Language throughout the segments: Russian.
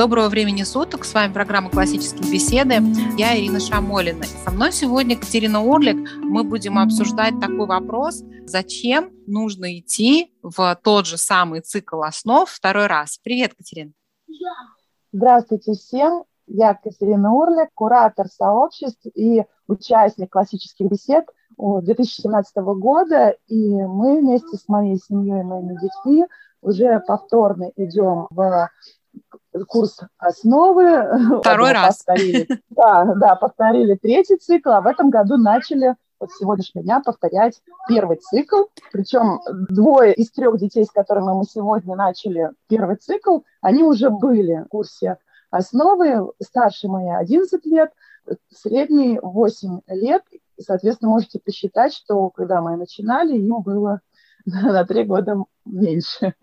Доброго времени суток. С вами программа «Классические беседы». Я Ирина Шамолина. Со мной сегодня Катерина Орлик. Мы будем обсуждать такой вопрос: зачем нужно идти в тот же самый цикл основ второй раз? Привет, Катерина. Здравствуйте всем. Я Катерина Орлик, куратор сообществ и участник классических бесед 2017 года. И мы вместе с моей семьей и моими детьми уже повторно идем в курс основы. Второй раз. Повторили третий цикл, а в этом году начали с сегодняшнего дня повторять первый цикл. Причем 2 из 3 детей, с которыми мы сегодня начали первый цикл, они уже были в курсе основы. Старший моей 11 лет, средний 8 лет. И, соответственно, можете посчитать, что когда мы начинали, им было на 3 года меньше.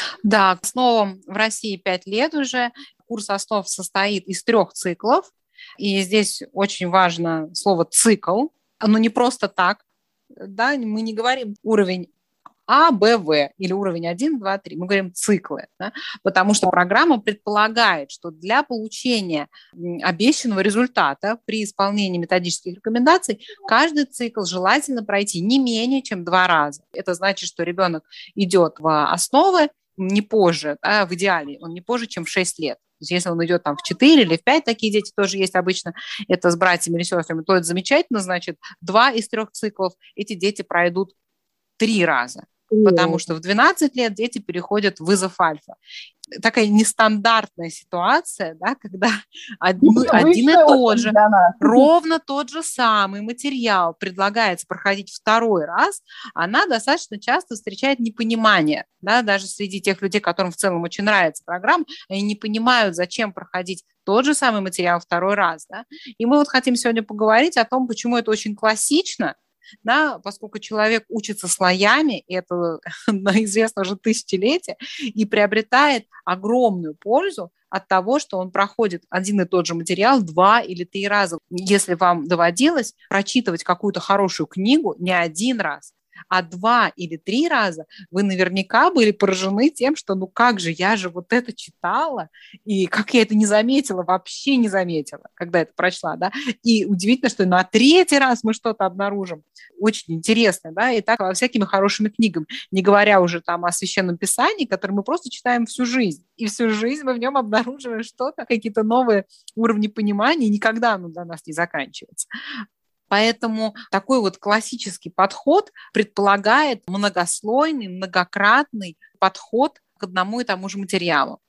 Да, основам в России 5 лет уже. Курс основ состоит из 3 циклов. И здесь очень важно слово «цикл». Оно не просто так. Да? Мы не говорим уровень А, Б, В или уровень 1, 2, 3. Мы говорим циклы, да? Потому что программа предполагает, что для получения обещанного результата при исполнении методических рекомендаций каждый цикл желательно пройти не менее чем 2 раза. Это значит, что ребенок идет в основы не позже, да, в идеале, он не позже, чем в 6 лет. То есть если он идет там в 4 или в 5, такие дети тоже есть обычно, это с братьями или сестрами, то это замечательно, значит, 2 из 3 циклов эти дети пройдут 3 раза. Потому что в 12 лет дети переходят в вызов альфа. Такая нестандартная ситуация, да, когда один и тот же, ровно тот же самый материал предлагается проходить второй раз, она достаточно часто встречает непонимание, да, даже среди тех людей, которым в целом очень нравится программа, они не понимают, зачем проходить тот же самый материал второй раз. Да. И мы вот хотим сегодня поговорить о том, почему это очень классично, да, поскольку человек учится слоями, и это известно уже тысячелетия, и приобретает огромную пользу от того, что он проходит один и тот же материал 2 или 3 раза. Если вам доводилось прочитывать какую-то хорошую книгу не 1 раз, а 2 или 3 раза, вы наверняка были поражены тем, что ну как же, я же вот это читала, и как я это не заметила, вообще не заметила, когда это прочла, да, и удивительно, что на 3-й раз мы что-то обнаружим очень интересное, да, и так всякими хорошими книгами, не говоря уже там о Священном Писании, которое мы просто читаем всю жизнь, и всю жизнь мы в нем обнаруживаем что-то, какие-то новые уровни понимания, и никогда оно для нас не заканчивается. Поэтому такой вот классический подход предполагает многослойный, многократный подход к одному и тому же материалу.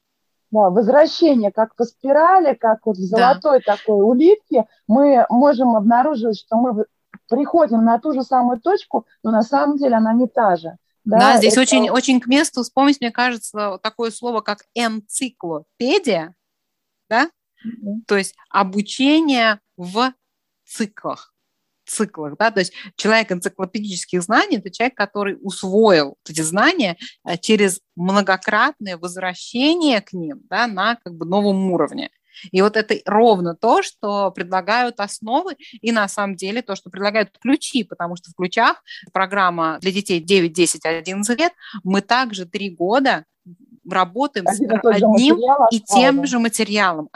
Да, возвращение как по спирали, как вот в золотой такой улитке, мы можем обнаруживать, что мы приходим на ту же самую точку, но на самом деле она не та же. Да, здесь очень, очень к месту вспомнить, мне кажется, такое слово, как энциклопедия, да? То есть обучение в циклах, да, то есть человек энциклопедических знаний – это человек, который усвоил эти знания через многократное возвращение к ним, да, на как бы новом уровне. И вот это ровно то, что предлагают основы, и на самом деле то, что предлагают ключи, потому что в ключах программа для детей 9, 10, 11 лет, мы также 3 года работаем с одним и тем же материалом.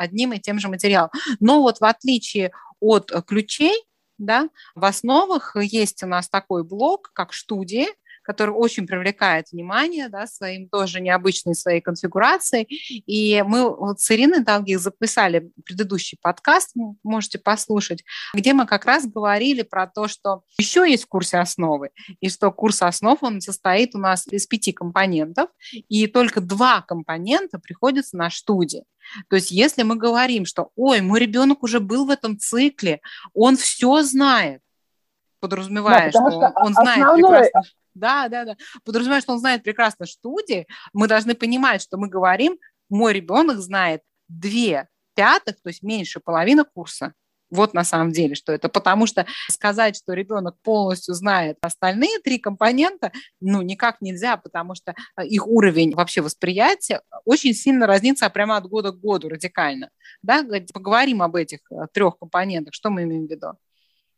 Но вот в отличие от ключей, да, в основах есть у нас такой блок, как студии, который очень привлекает внимание, да, своим тоже необычной своей конфигурацией. И мы вот с Ириной Долгих записали предыдущий подкаст, можете послушать, где мы как раз говорили про то, что еще есть в курсе основы, и что курс основ, он состоит у нас из 5 компонентов, и только 2 компонента приходятся на студии. То есть если мы говорим, что «Ой, мой ребенок уже был в этом цикле, он все знает», подразумевая, что он знает прекрасно. Да. Подразумевая, что он знает прекрасно студии, мы должны понимать, что мы говорим, мой ребенок знает 2/5, то есть меньше половины курса. Вот на самом деле, что это. Потому что сказать, что ребенок полностью знает остальные 3 компонента, ну, никак нельзя, потому что их уровень вообще восприятия очень сильно разнится прямо от года к году радикально. Да? Поговорим об этих 3 компонентах. Что мы имеем в виду?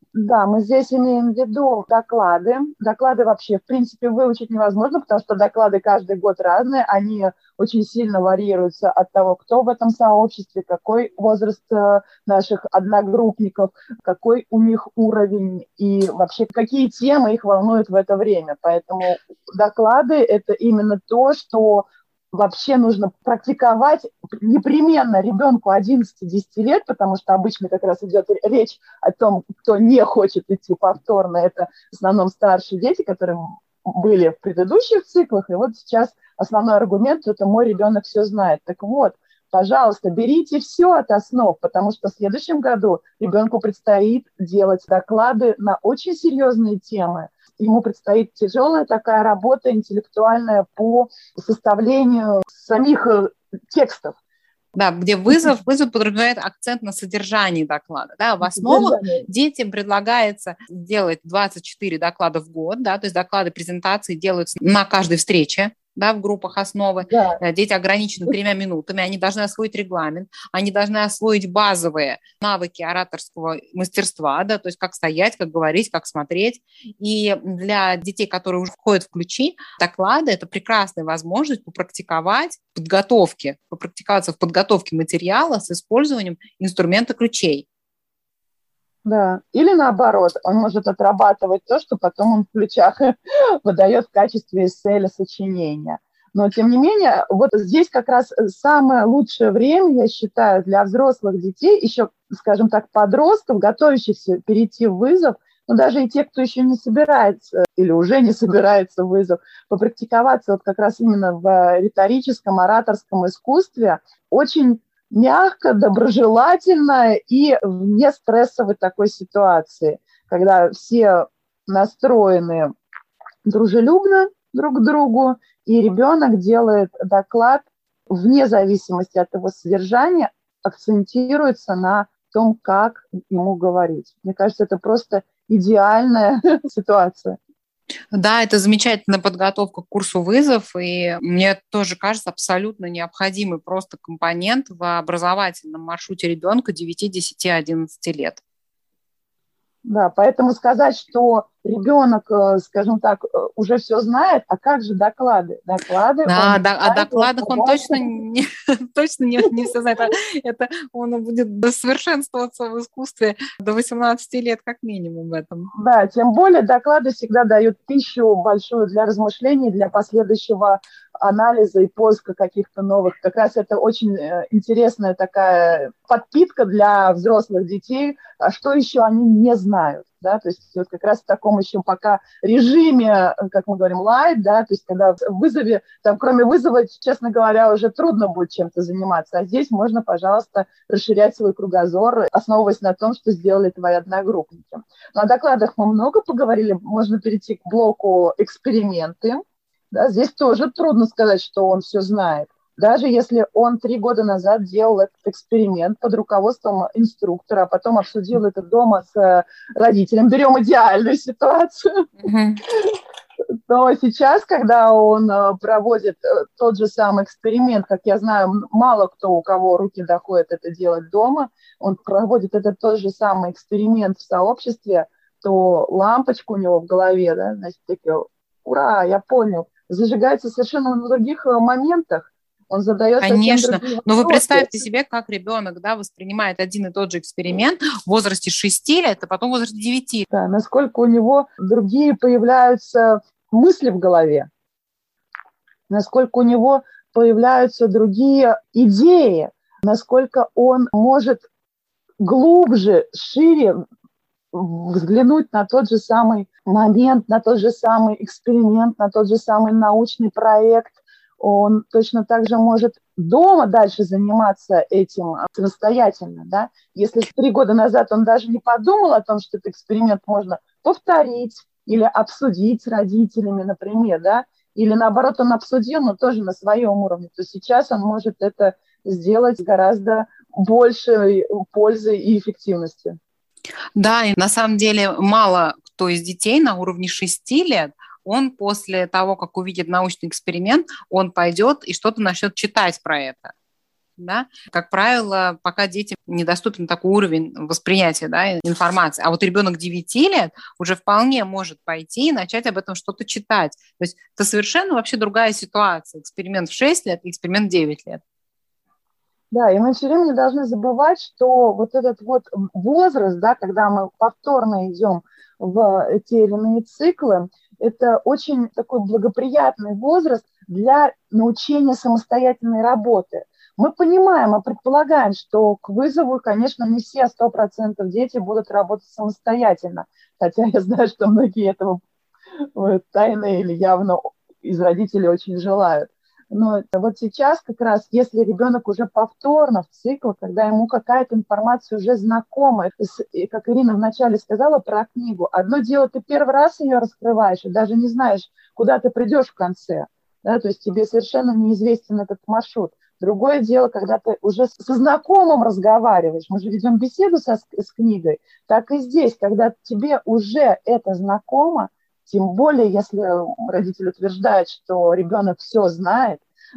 Да, мы здесь имеем в виду доклады. Доклады вообще, в принципе, выучить невозможно, потому что доклады каждый год разные. Они очень сильно варьируются от того, кто в этом сообществе, какой возраст наших одногруппников, какой у них уровень и вообще какие темы их волнуют в это время. Поэтому доклады – это именно то, что вообще нужно практиковать непременно ребенку 11-10 лет, потому что обычно как раз идет речь о том, кто не хочет идти повторно. Это в основном старшие дети, которые были в предыдущих циклах, и вот сейчас основной аргумент – это мой ребенок все знает. Так вот, пожалуйста, берите все от основ, потому что в следующем году ребенку предстоит делать доклады на очень серьезные темы. Ему предстоит тяжелая такая работа интеллектуальная по составлению самих текстов. Да, где вызов подразумевает акцент на содержании доклада. Да, в основах детям предлагается делать 24 доклада в год, да, то есть доклады, презентации делаются на каждой встрече, да, в группах основы. Да. Дети ограничены 3 минутами, они должны освоить регламент, они должны освоить базовые навыки ораторского мастерства, да, то есть как стоять, как говорить, как смотреть. И для детей, которые уже входят в ключи, доклады – это прекрасная возможность попрактиковаться в подготовке материала с использованием инструмента ключей. Да, или наоборот, он может отрабатывать то, что потом он в ключах выдает в качестве эссе или сочинения. Но, тем не менее, вот здесь как раз самое лучшее время, я считаю, для взрослых детей, еще, скажем так, подростков, готовящихся перейти в вызов, но даже и те, кто еще не собирается или уже не собирается в вызов, попрактиковаться вот как раз именно в риторическом, ораторском искусстве очень мягко, доброжелательно и в нестрессовой такой ситуации, когда все настроены дружелюбно друг к другу, и ребенок делает доклад вне зависимости от его содержания, акцентируется на том, как ему говорить. Мне кажется, это просто идеальная ситуация. Да, это замечательная подготовка к курсу вызов, и мне тоже кажется абсолютно необходимый просто компонент в образовательном маршруте ребенка 9, 10, 11 лет. Да, поэтому сказать, что ребенок, скажем так, уже все знает, а как же доклады? Доклады. Да, о докладах он точно не все знает. Это он будет совершенствоваться в искусстве до 18 лет как минимум в этом. Да, тем более доклады всегда дают пищу большую для размышлений, для последующего анализа и поиска каких-то новых. Как раз это очень интересная такая подпитка для взрослых детей, а что еще они не знают. Да, то есть вот как раз в таком еще пока режиме, как мы говорим, light, да, то есть когда в вызове, там кроме вызова, честно говоря, уже трудно будет чем-то заниматься, а здесь можно, пожалуйста, расширять свой кругозор, основываясь на том, что сделали твои одногруппники. Ну, о докладах мы много поговорили, можно перейти к блоку эксперименты. Да, здесь тоже трудно сказать, что он все знает. Даже если он 3 года назад делал этот эксперимент под руководством инструктора, а потом обсудил это дома с родителем, берем идеальную ситуацию, то сейчас, когда он проводит тот же самый эксперимент, как я знаю, мало кто, у кого руки доходят это делать дома, он проводит этот тот же самый эксперимент в сообществе, то лампочка у него в голове, да, значит, такие, ура, я понял, зажигается совершенно на других моментах. Он задает Конечно, но вы представьте себе, как ребенок, да, воспринимает один и тот же эксперимент в возрасте 6 лет, а потом в возрасте 9. Да, насколько у него другие появляются мысли в голове, насколько у него появляются другие идеи, насколько он может глубже, шире взглянуть на тот же самый момент, на тот же самый эксперимент, на тот же самый научный проект. Он точно так же может дома дальше заниматься этим самостоятельно. Да? Если 3 года назад он даже не подумал о том, что этот эксперимент можно повторить или обсудить с родителями, например, да? Или наоборот он обсудил, но тоже на своем уровне, то сейчас он может это сделать гораздо большей пользы и эффективности. Да, и на самом деле мало кто из детей на уровне 6 лет, он после того, как увидит научный эксперимент, он пойдет и что-то начнет читать про это. да, как правило, пока детям недоступен такой уровень восприятия, да, информации. А вот ребенок 9 лет уже вполне может пойти и начать об этом что-то читать. То есть это совершенно вообще другая ситуация. Эксперимент в 6 лет и эксперимент в 9 лет. Да, и мы все время не должны забывать, что вот этот вот возраст, да, когда мы повторно идем в те или иные циклы, это очень такой благоприятный возраст для научения самостоятельной работы. Мы понимаем, мы предполагаем, что к вызову, конечно, не все 100% дети будут работать самостоятельно, хотя я знаю, что многие этого тайно или явно из родителей очень желают. Но вот сейчас как раз, если ребенок уже повторно в цикл, когда ему какая-то информация уже знакома, и, как Ирина вначале сказала про книгу, одно дело, ты первый раз ее раскрываешь и даже не знаешь, куда ты придешь в конце, да, то есть тебе совершенно неизвестен этот маршрут. Другое дело, когда ты уже со знакомым разговариваешь, мы же ведем беседу с книгой, так и здесь, когда тебе уже это знакомо, тем более, если родитель утверждает, что ребенок все знает,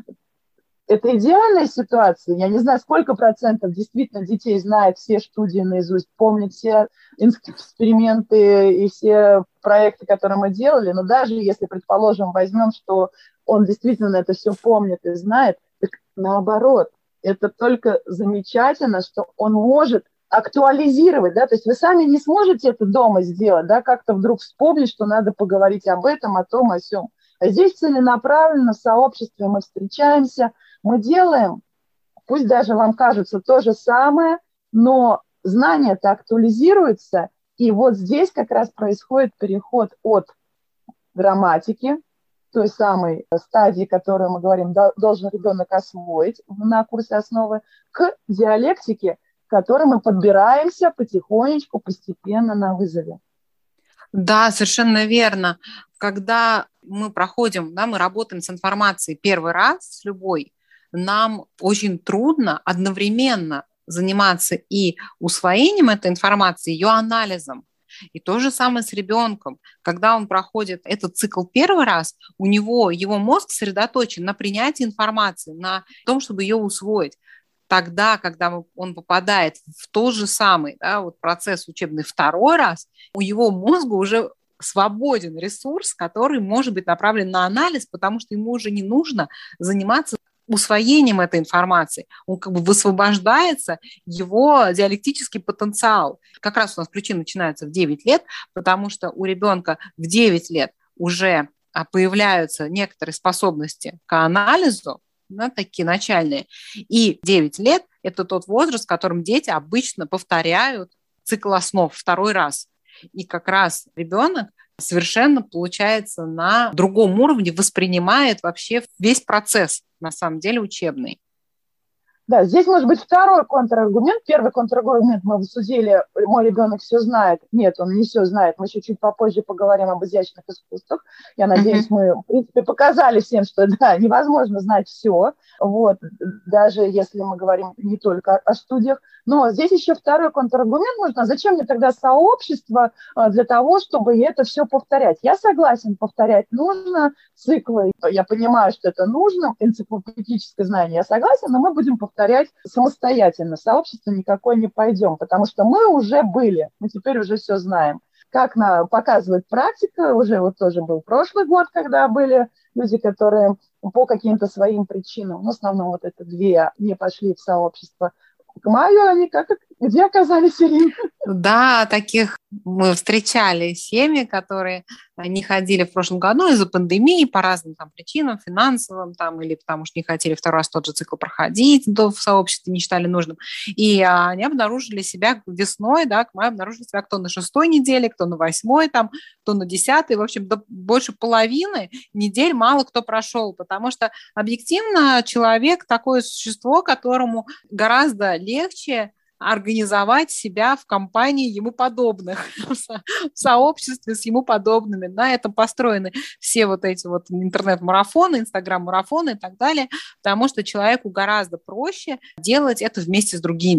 это идеальная ситуация. Я не знаю, сколько процентов действительно детей знает все студии наизусть, помнит все эксперименты и все проекты, которые мы делали, но даже если, предположим, возьмем, что он действительно это все помнит и знает, так наоборот, это только замечательно, что он может актуализировать, да, то есть вы сами не сможете это дома сделать, да, как-то вдруг вспомнить, что надо поговорить об этом, о том, о сём. А здесь целенаправленно в сообществе мы встречаемся, мы делаем, пусть даже вам кажется то же самое, но знания-то актуализируются, и вот здесь как раз происходит переход от грамматики, той самой стадии, которую мы говорим, должен ребенок освоить на курсе основы, к диалектике, к которой мы подбираемся потихонечку, постепенно на вызове. Да, совершенно верно. Когда мы проходим, да, мы работаем с информацией первый раз, с любой, нам очень трудно одновременно заниматься и усвоением этой информации, ее анализом. И то же самое с ребенком. Когда он проходит этот цикл первый раз, у него его мозг сосредоточен на принятии информации, на том, чтобы ее усвоить. Тогда, когда он попадает в тот же самый, да, вот процесс учебный второй раз, у его мозга уже свободен ресурс, который может быть направлен на анализ, потому что ему уже не нужно заниматься усвоением этой информации. Он как бы высвобождается, его диалектический потенциал. Как раз у нас ключи начинаются в 9 лет, потому что у ребенка в 9 лет уже появляются некоторые способности к анализу, да, такие начальные. И 9 лет – это тот возраст, в котором дети обычно повторяют цикл основ второй раз. И как раз ребенок совершенно, получается, на другом уровне воспринимает вообще весь процесс, на самом деле, учебный. Да, здесь может быть второй контраргумент. Первый контраргумент мы обсудили, мой ребенок все знает. Нет, он не все знает. Мы еще чуть попозже поговорим об изящных искусствах. Я надеюсь, мы, в принципе, показали всем, что да, невозможно знать все. Вот, даже если мы говорим не только о студиях. Но здесь еще второй контраргумент нужно. Зачем мне тогда сообщество для того, чтобы это все повторять? Я согласен, повторять нужно циклы. Я понимаю, что это нужно, энциклопедическое знание. Я согласен, но мы будем повторять самостоятельно. В сообщество никакое не пойдем, потому что мы уже были, мы теперь уже все знаем. Как показывает практика, уже вот тоже был прошлый год, когда были люди, которые по каким-то своим причинам, в основном вот это две, не пошли в сообщество. К маю они где оказались, Ирина? Да, таких мы встречали семьи, которые не ходили в прошлом году из-за пандемии по разным там причинам, финансовым там, или потому что не хотели второй раз тот же цикл проходить, в сообществе не считали нужным. И они обнаружили себя весной, да, к маю обнаружили себя кто на 6-й неделе, кто на 8-й, там, кто на 10-й. В общем, больше половины недель мало кто прошел, потому что объективно человек такое существо, которому гораздо легче организовать себя в компании ему подобных, в сообществе с ему подобными. На этом построены все вот эти вот интернет-марафоны, инстаграм-марафоны и так далее, потому что человеку гораздо проще делать это вместе с другими.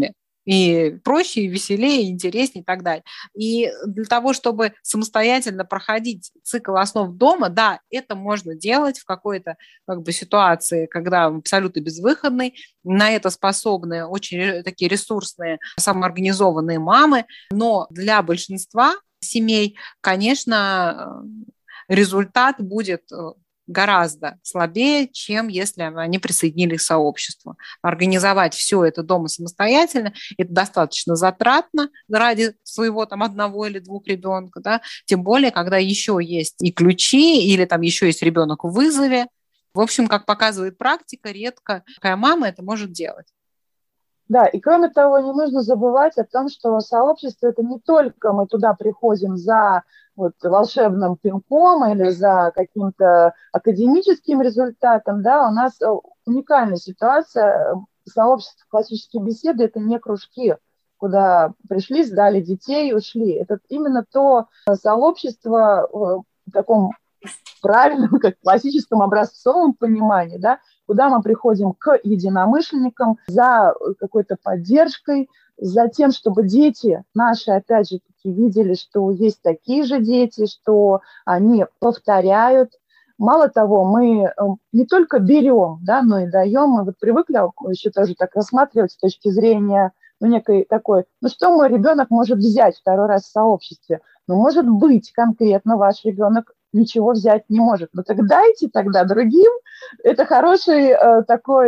и проще, и веселее, и интереснее, и так далее. И для того, чтобы самостоятельно проходить цикл основ дома, да, это можно делать в какой-то ситуации, когда абсолютно безвыходный. На это способны очень такие ресурсные, самоорганизованные мамы. Но для большинства семей, конечно, результат будет гораздо слабее, чем если они присоединились к сообществу. Организовать все это дома самостоятельно, это достаточно затратно ради своего одного или двух ребенка, да? Тем более, когда еще есть и ключи, или еще есть ребенок в вызове. В общем, как показывает практика, редко какая мама это может делать. Да, и кроме того, не нужно забывать о том, что сообщество – это не только мы туда приходим за волшебным пинком или за каким-то академическим результатом, да, у нас уникальная ситуация. Сообщество классические беседы – это не кружки, куда пришли, сдали детей и ушли. Это именно то сообщество в таком правильном, как классическом образцовом понимании, да, куда мы приходим к единомышленникам за какой-то поддержкой, за тем, чтобы дети наши, опять же, видели, что есть такие же дети, что они повторяют. Мало того, мы не только берем, да, но и даем. Мы привыкли еще тоже так рассматривать с точки зрения некой такой, что мой ребенок может взять второй раз в сообществе? Может быть, конкретно ваш ребенок ничего взять не может. Так дайте тогда другим. Это хороший такой,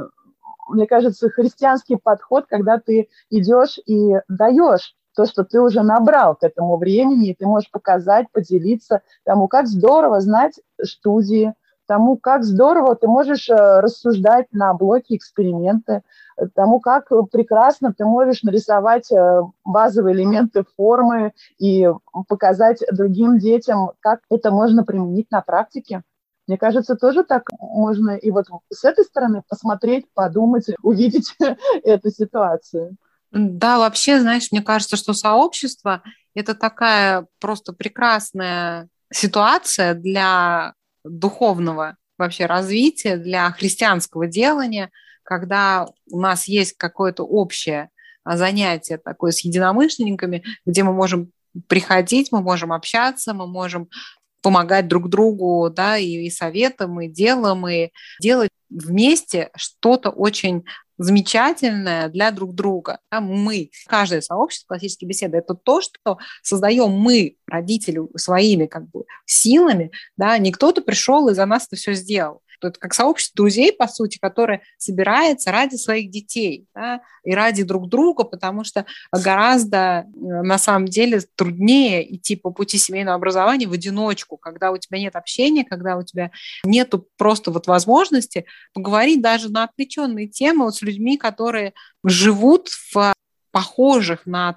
мне кажется, христианский подход, когда ты идешь и даешь то, что ты уже набрал к этому времени, и ты можешь показать, поделиться тому, как здорово знать студии, тому, как здорово ты можешь рассуждать на блоке эксперименты, тому, как прекрасно ты можешь нарисовать базовые элементы формы и показать другим детям, как это можно применить на практике. Мне кажется, тоже так можно и с этой стороны посмотреть, подумать, увидеть эту ситуацию. Да, вообще, знаешь, мне кажется, что сообщество – это такая просто прекрасная ситуация для духовного вообще развития, для христианского делания, когда у нас есть какое-то общее занятие такое с единомышленниками, где мы можем приходить, мы можем общаться, мы можем помогать друг другу, да, и советом, и делом, и делать вместе что-то очень замечательное для друг друга. Да, мы, каждое сообщество классические беседы, это то, что создаем мы, родители, своими силами, да, не кто-то пришел и за нас это все сделал. Это как сообщество друзей, по сути, которое собирается ради своих детей, да, и ради друг друга, потому что гораздо, на самом деле, труднее идти по пути семейного образования в одиночку, когда у тебя нет общения, когда у тебя нет просто возможности поговорить даже на отвлеченные темы с людьми, которые живут в похожими на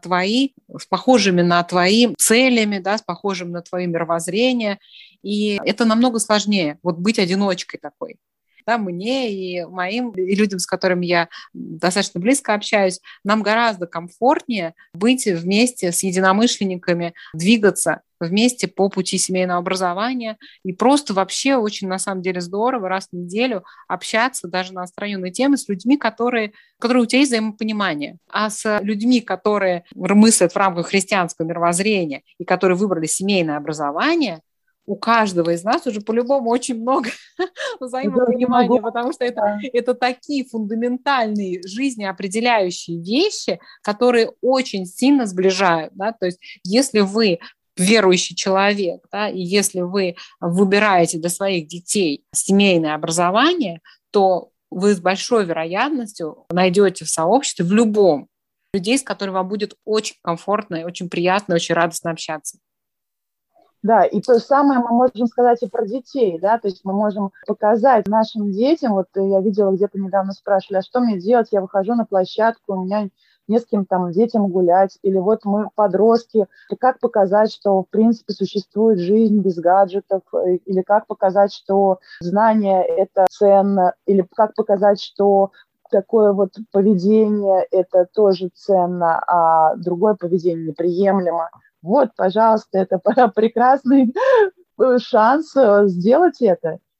твои целями, да, с похожим на твое мировоззрение. И это намного сложнее, быть одиночкой такой. Да, мне и моим, и людям, с которыми я достаточно близко общаюсь, нам гораздо комфортнее быть вместе с единомышленниками, двигаться вместе по пути семейного образования. И просто вообще очень, на самом деле, здорово раз в неделю общаться даже на отстраненные темы с людьми, которые у тебя есть взаимопонимание. А с людьми, которые мыслят в рамках христианского мировоззрения и которые выбрали семейное образование, у каждого из нас уже по-любому очень много взаимопонимания, потому что это такие фундаментальные жизнеопределяющие вещи, которые очень сильно сближают. Да? То есть если вы верующий человек, да, и если вы выбираете для своих детей семейное образование, то вы с большой вероятностью найдете в сообществе в любом людей, с которыми вам будет очень комфортно, очень приятно, очень радостно общаться. Да, и то же самое мы можем сказать и про детей, да, то есть мы можем показать нашим детям, я видела, где-то недавно спрашивали, а что мне делать, я выхожу на площадку, у меня не с кем детям гулять, или мы подростки, и как показать, что в принципе существует жизнь без гаджетов, или как показать, что знание – это ценно, или как показать, что такое поведение – это тоже ценно, а другое поведение неприемлемо. Пожалуйста, это прекрасный шанс сделать это.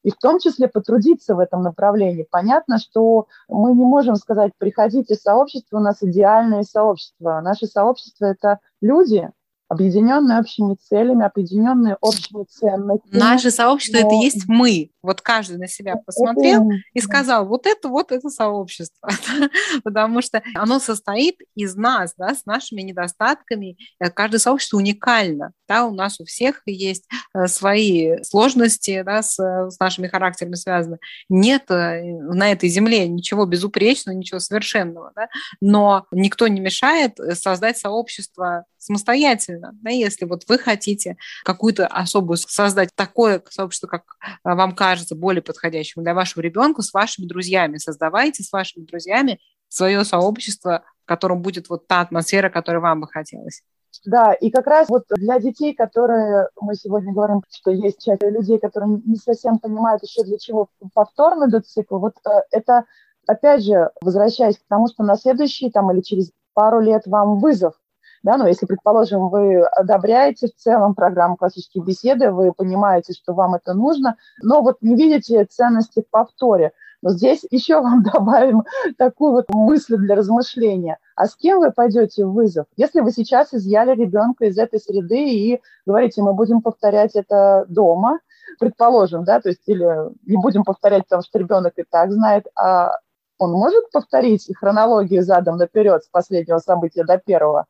и в том числе потрудиться в этом направлении. Понятно, что мы не можем сказать, приходите в сообщество, у нас идеальное сообщество. Наше сообщество – это люди, объединенные общими целями, объединенные общими ценностями. Наше сообщество – это есть мы. Вот каждый на себя посмотрел и сказал, вот это сообщество. Потому что оно состоит из нас, да, с нашими недостатками. Каждое сообщество уникально. Да, у нас у всех есть свои сложности, да, с нашими характерами связаны. Нет на этой земле ничего безупречного, ничего совершенного. Да? Но никто не мешает создать сообщество самостоятельно. Да? Если вот вы хотите какую-то особую создать такое сообщество, как вам кажется, более подходящим для вашего ребенка, с вашими друзьями. Создавайте с вашими друзьями свое сообщество, в котором будет вот та атмосфера, которой вам бы хотелось. Да, и как раз вот для детей, которые, мы сегодня говорим, что есть часть людей, которые не совсем понимают еще для чего повторно идут циклы, вот это, опять же, возвращаясь к тому, что на следующий там или через пару лет вам вызов, да, но если, предположим, вы одобряете в целом программу классические беседы, вы понимаете, что вам это нужно, но вот не видите ценности в повторе. Но здесь еще вам добавим такую вот мысль для размышления. А с кем вы пойдете в вызов? Если вы сейчас изъяли ребенка из этой среды и говорите, мы будем повторять это дома, предположим, да, то есть или не будем повторять, потому что ребенок и так знает, а он может повторить хронологию задом наперед с последнего события до первого?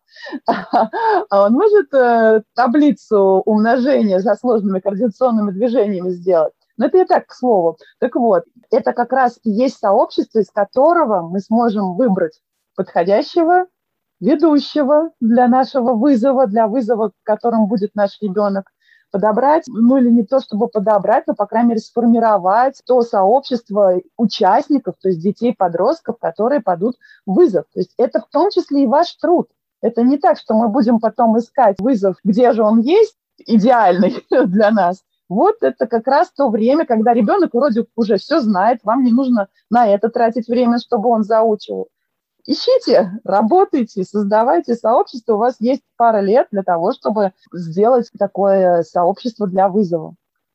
А он может таблицу умножения со сложными координационными движениями сделать? Но это и так, к слову. Так вот, это как раз и есть сообщество, из которого мы сможем выбрать подходящего ведущего для нашего вызова, для вызова, которым будет наш ребенок, подобрать, ну или не то чтобы подобрать, но, по крайней мере, сформировать то сообщество участников, то есть детей, подростков, которые пойдут в вызов. То есть это в том числе и ваш труд. Это не так, что мы будем потом искать вызов, где же он есть, идеальный для нас. Вот это как раз то время, когда ребенок вроде уже все знает, вам не нужно на это тратить время, чтобы он заучивал. Ищите, работайте, создавайте сообщество. У вас есть пара лет для того, чтобы сделать такое сообщество для вызова.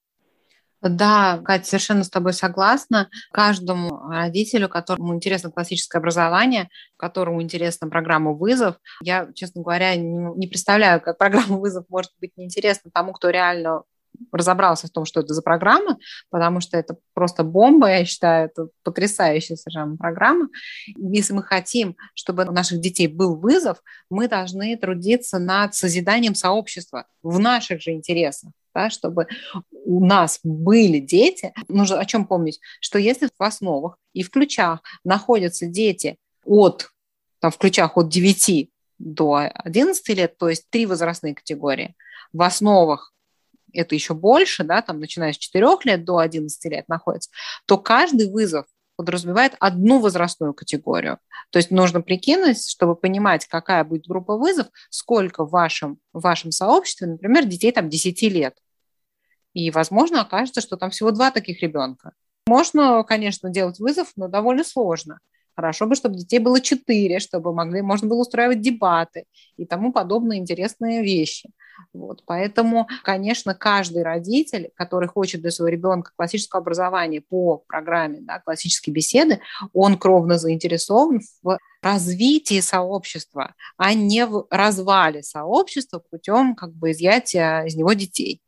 Да, Катя, совершенно с тобой согласна. Каждому родителю, которому интересно классическое образование, которому интересна программа «Вызов», я, честно говоря, не представляю, как программа «Вызов» может быть неинтересна тому, кто реально разобрался в том, что это за программа, потому что это просто бомба, я считаю, это потрясающая совершенно программа. Если мы хотим, чтобы у наших детей был вызов, мы должны трудиться над созиданием сообщества в наших же интересах, да, чтобы у нас были дети. Нужно о чем помнить, что если в основах и в ключах находятся дети в ключах от 9 до 11 лет, то есть 3 возрастные категории, в основах это еще больше, да, там, начиная с 4 лет до 11 лет находится, то каждый вызов подразумевает одну возрастную категорию. То есть нужно прикинуть, чтобы понимать, какая будет группа вызов, сколько в вашем сообществе, например, детей там 10 лет. И, возможно, окажется, что там всего 2 таких ребенка. Можно, конечно, делать вызов, но довольно сложно. Хорошо бы, чтобы детей было 4, чтобы можно было устраивать дебаты и тому подобные интересные вещи. Вот. Поэтому, конечно, каждый родитель, который хочет для своего ребенка классического образования по программе, да, классические беседы, он кровно заинтересован в развитии сообщества, а не в развале сообщества путем изъятия из него детей.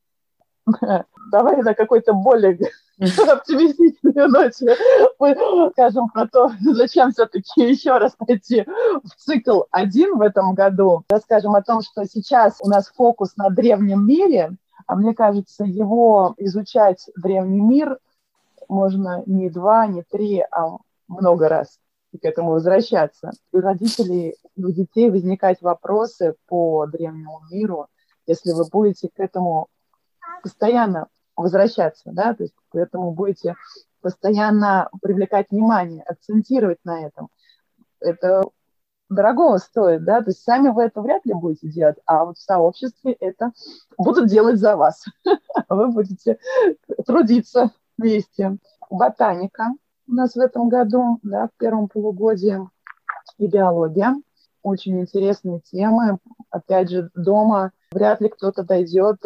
Давай на какой-то более оптимистичной ноте мы скажем про то, зачем все-таки еще раз пойти в цикл 1 в этом году. Расскажем о том, что сейчас у нас фокус на древнем мире, а мне кажется, его изучать, древний мир, можно не 2, не 3, а много раз и к этому возвращаться. У родителей, у детей возникают вопросы по древнему миру, если вы будете к этому постоянно возвращаться, да, то есть к этому будете постоянно привлекать внимание, акцентировать на этом. Это дорого стоит, да, то есть сами вы это вряд ли будете делать, а вот в сообществе это будут делать за вас. Вы будете трудиться вместе. Ботаника у нас в этом году, да, в первом полугодии, и биология. Очень интересные темы. Опять же, дома вряд ли кто-то дойдет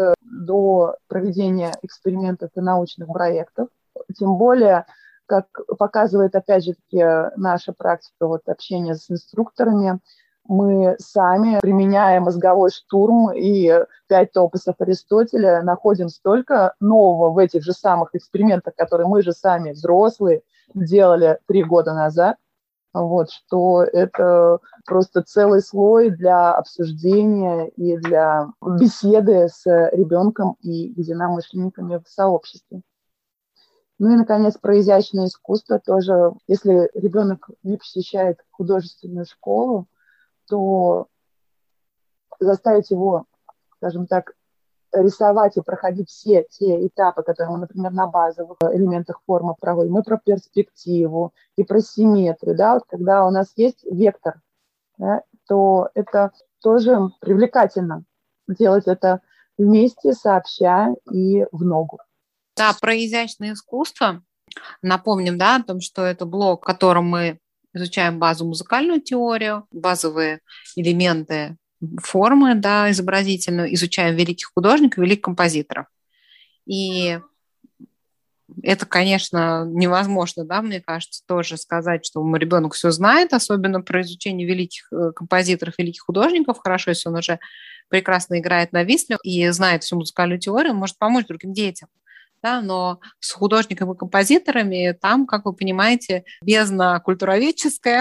до проведения экспериментов и научных проектов. Тем более, как показывает, опять же таки, наша практика общения с инструкторами, мы сами, применяя мозговой штурм и 5 топосов Аристотеля, находим столько нового в этих же самых экспериментах, которые мы же сами, взрослые, делали 3 года назад, что это просто целый слой для обсуждения и для беседы с ребенком и единомышленниками в сообществе. Ну и, наконец, про изящное искусство тоже. Если ребенок не посещает художественную школу, то заставить его, скажем так, рисовать и проходить все те этапы, которые мы, например, на базовых элементах формы проводим. Мы про перспективу и про симметрию. Да? Когда у нас есть вектор, да, то это тоже привлекательно делать это вместе, сообща и в ногу. Да, про изящное искусство. Напомним, да, о том, что это блок, в котором мы изучаем базу музыкальную теорию, базовые элементы формы, да, изобразительную, изучаем великих художников, великих композиторов. И это, конечно, невозможно, да, мне кажется, тоже сказать, что ребенок все знает, особенно про изучение великих композиторов, великих художников. Хорошо, если он уже прекрасно играет на висле и знает всю музыкальную теорию, он может помочь другим детям. Да, но с художниками и композиторами там, как вы понимаете, бездна культуроведческая.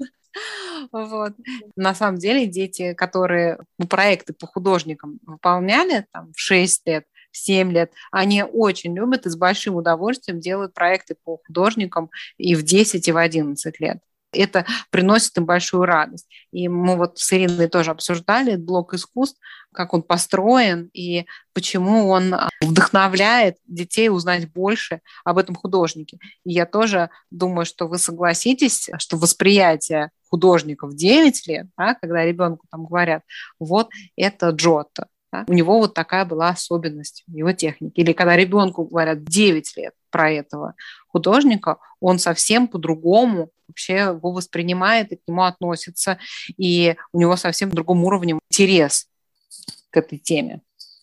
На самом деле дети, которые проекты по художникам выполняли там, в 6 лет, в 7 лет, они очень любят и с большим удовольствием делают проекты по художникам и в 10, и в 11 лет. Это приносит им большую радость. И мы с Ириной тоже обсуждали блок искусств, как он построен и почему он вдохновляет детей узнать больше об этом художнике. И я тоже думаю, что вы согласитесь, что восприятие художника в 9 лет, да, когда ребенку там говорят, это Джотто, да, у него такая была особенность его техники. Или когда ребенку говорят 9 лет про этого художника, он совсем по-другому вообще его воспринимает и к нему относится, и у него совсем в другом уровне интерес к этой теме.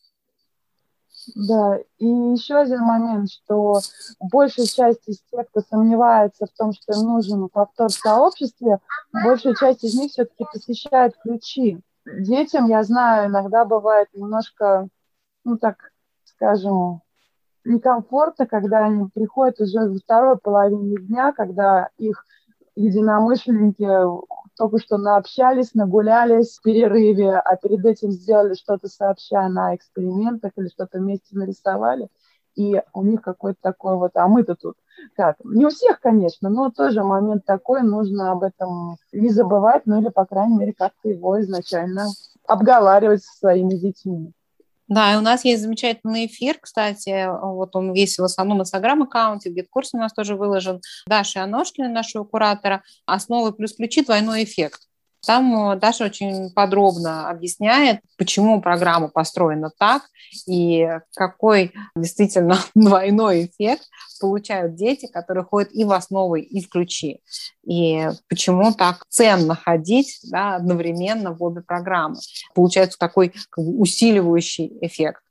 Да, и еще один момент, что большая часть из тех, кто сомневается в том, что им нужен повтор в сообществе, большая часть из них все-таки посещает ключи. Детям, я знаю, иногда бывает немножко, так скажем, некомфортно, когда они приходят уже во второй половине дня, когда их единомышленники только что наобщались, нагулялись в перерыве, а перед этим сделали что-то сообща на экспериментах или что-то вместе нарисовали, и у них какой-то такой а мы-то тут как? Не у всех, конечно, но тоже момент такой, нужно об этом не забывать, или, по крайней мере, как-то его изначально обговаривать со своими детьми. Да, и у нас есть замечательный эфир, кстати, он есть в основном в Инстаграм-аккаунте, в GitKурсе у нас тоже выложен, Даши Аношкиной, нашего куратора, «Основы плюс ключи. Двойной эффект». Там Даша очень подробно объясняет, почему программа построена так и какой действительно двойной эффект получают дети, которые ходят и в основы, и в ключи. И почему так ценно ходить, да, одновременно в обе программы. Получается такой усиливающий эффект.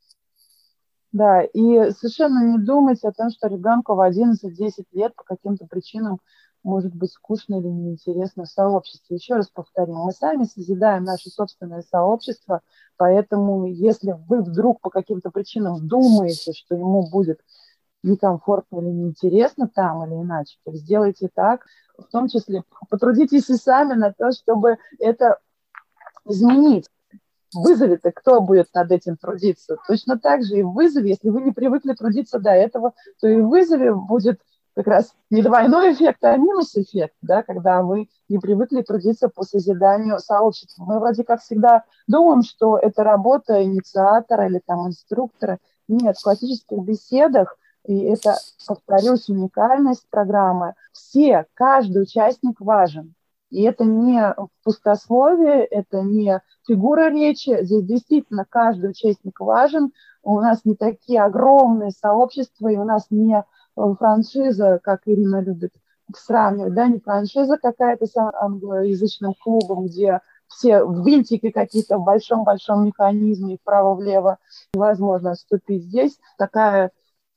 Да, и совершенно не думать о том, что ребенку в 11-10 лет по каким-то причинам может быть скучно или неинтересно в сообществе. Еще раз повторим, мы сами созидаем наше собственное сообщество, поэтому если вы вдруг по каким-то причинам думаете, что ему будет некомфортно или неинтересно там или иначе, то сделайте так. В том числе потрудитесь и сами на то, чтобы это изменить. В вызове-то кто будет над этим трудиться? Точно так же и в вызове, если вы не привыкли трудиться до этого, то и в вызове будет как раз не двойной эффект, а минус-эффект, да, когда вы не привыкли трудиться по созиданию сообщества. Мы вроде как всегда думаем, что это работа инициатора или инструктора. Нет, в классических беседах, и это, повторюсь, уникальность программы, каждый участник важен. И это не пустословие, это не фигура речи. Здесь действительно каждый участник важен. У нас не такие огромные сообщества, и у нас не франшиза, как Ирина любит сравнивать, да, не франшиза какая-то с англоязычным клубом, где все винтики какие-то в большом-большом механизме вправо-влево. Невозможно отступить. Здесь такая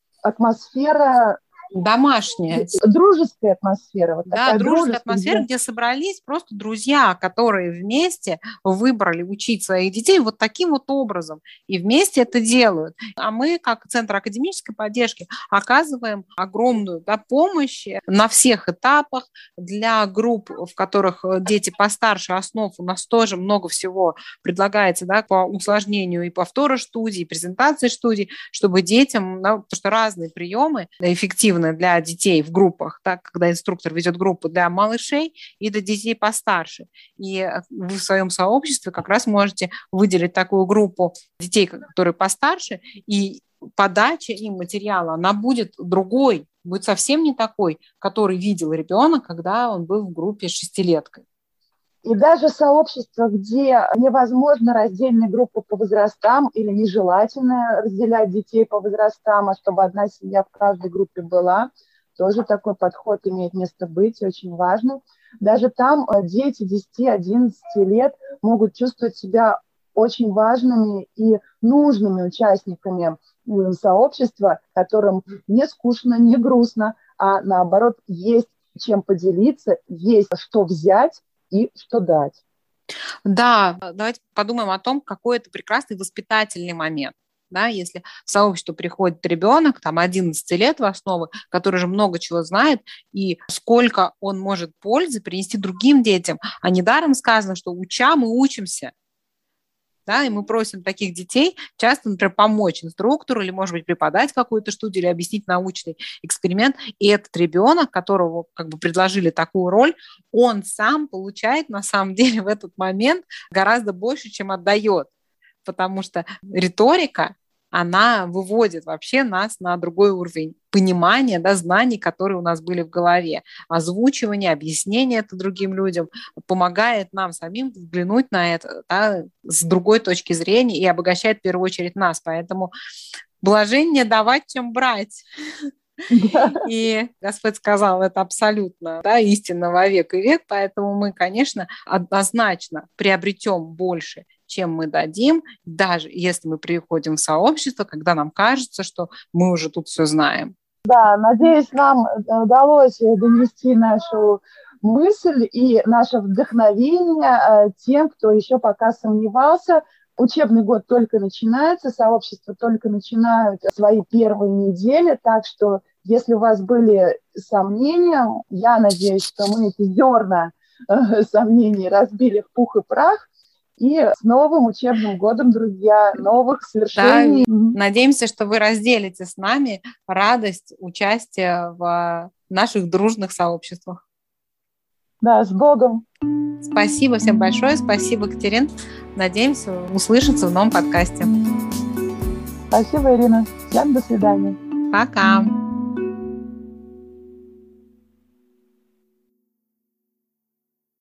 атмосфера домашняя. Дружеская атмосфера. Вот да, дружеская атмосфера, где собрались просто друзья, которые вместе выбрали учить своих детей вот таким вот образом. И вместе это делают. А мы, как Центр академической поддержки, оказываем огромную помощь на всех этапах для групп, в которых дети постарше основ. У нас тоже много всего предлагается по усложнению и повтора студий, и презентации студий, чтобы детям, потому что разные приемы эффективны для детей в группах, когда инструктор ведет группу для малышей и для детей постарше. И вы в своем сообществе как раз можете выделить такую группу детей, которые постарше, и подача им материала, она будет другой, будет совсем не такой, который видел ребенок, когда он был в группе с шестилеткой. И даже сообщества, где невозможно раздельные группы по возрастам или нежелательно разделять детей по возрастам, а чтобы одна семья в каждой группе была, тоже такой подход имеет место быть, очень важно. Даже там дети 10-11 лет могут чувствовать себя очень важными и нужными участниками сообщества, которым не скучно, не грустно, а наоборот есть чем поделиться, есть что взять и что дать. Да, давайте подумаем о том, какой это прекрасный воспитательный момент. Если в сообщество приходит ребенок, 11 лет в основу, который же много чего знает, и сколько он может пользы принести другим детям. А недаром сказано, что уча мы учимся. И мы просим таких детей часто, например, помочь инструктору или, может быть, преподать какую-то студию или объяснить научный эксперимент. И этот ребенок, которого предложили такую роль, он сам получает на самом деле в этот момент гораздо больше, чем отдает. Потому что риторика, она выводит вообще нас на другой уровень понимания, знаний, которые у нас были в голове. Озвучивание, объяснение это другим людям помогает нам самим взглянуть на это с другой точки зрения и обогащает в первую очередь нас. Поэтому блажение давать, чем брать. И Господь сказал, это абсолютно истина во век и век, поэтому мы, конечно, однозначно приобретем больше, чем мы дадим, даже если мы приходим в сообщество, когда нам кажется, что мы уже тут все знаем. Да, надеюсь, нам удалось донести нашу мысль и наше вдохновение тем, кто еще пока сомневался. Учебный год только начинается, сообщества только начинают свои первые недели, так что если у вас были сомнения, я надеюсь, что мы эти зерна сомнений разбили в пух и прах. И с новым учебным годом, друзья, новых свершений. Надеемся, что вы разделите с нами радость участия в наших дружных сообществах. Да, с Богом. Спасибо всем большое. Спасибо, Катерин. Надеемся услышаться в новом подкасте. Спасибо, Ирина. Всем до свидания. Пока.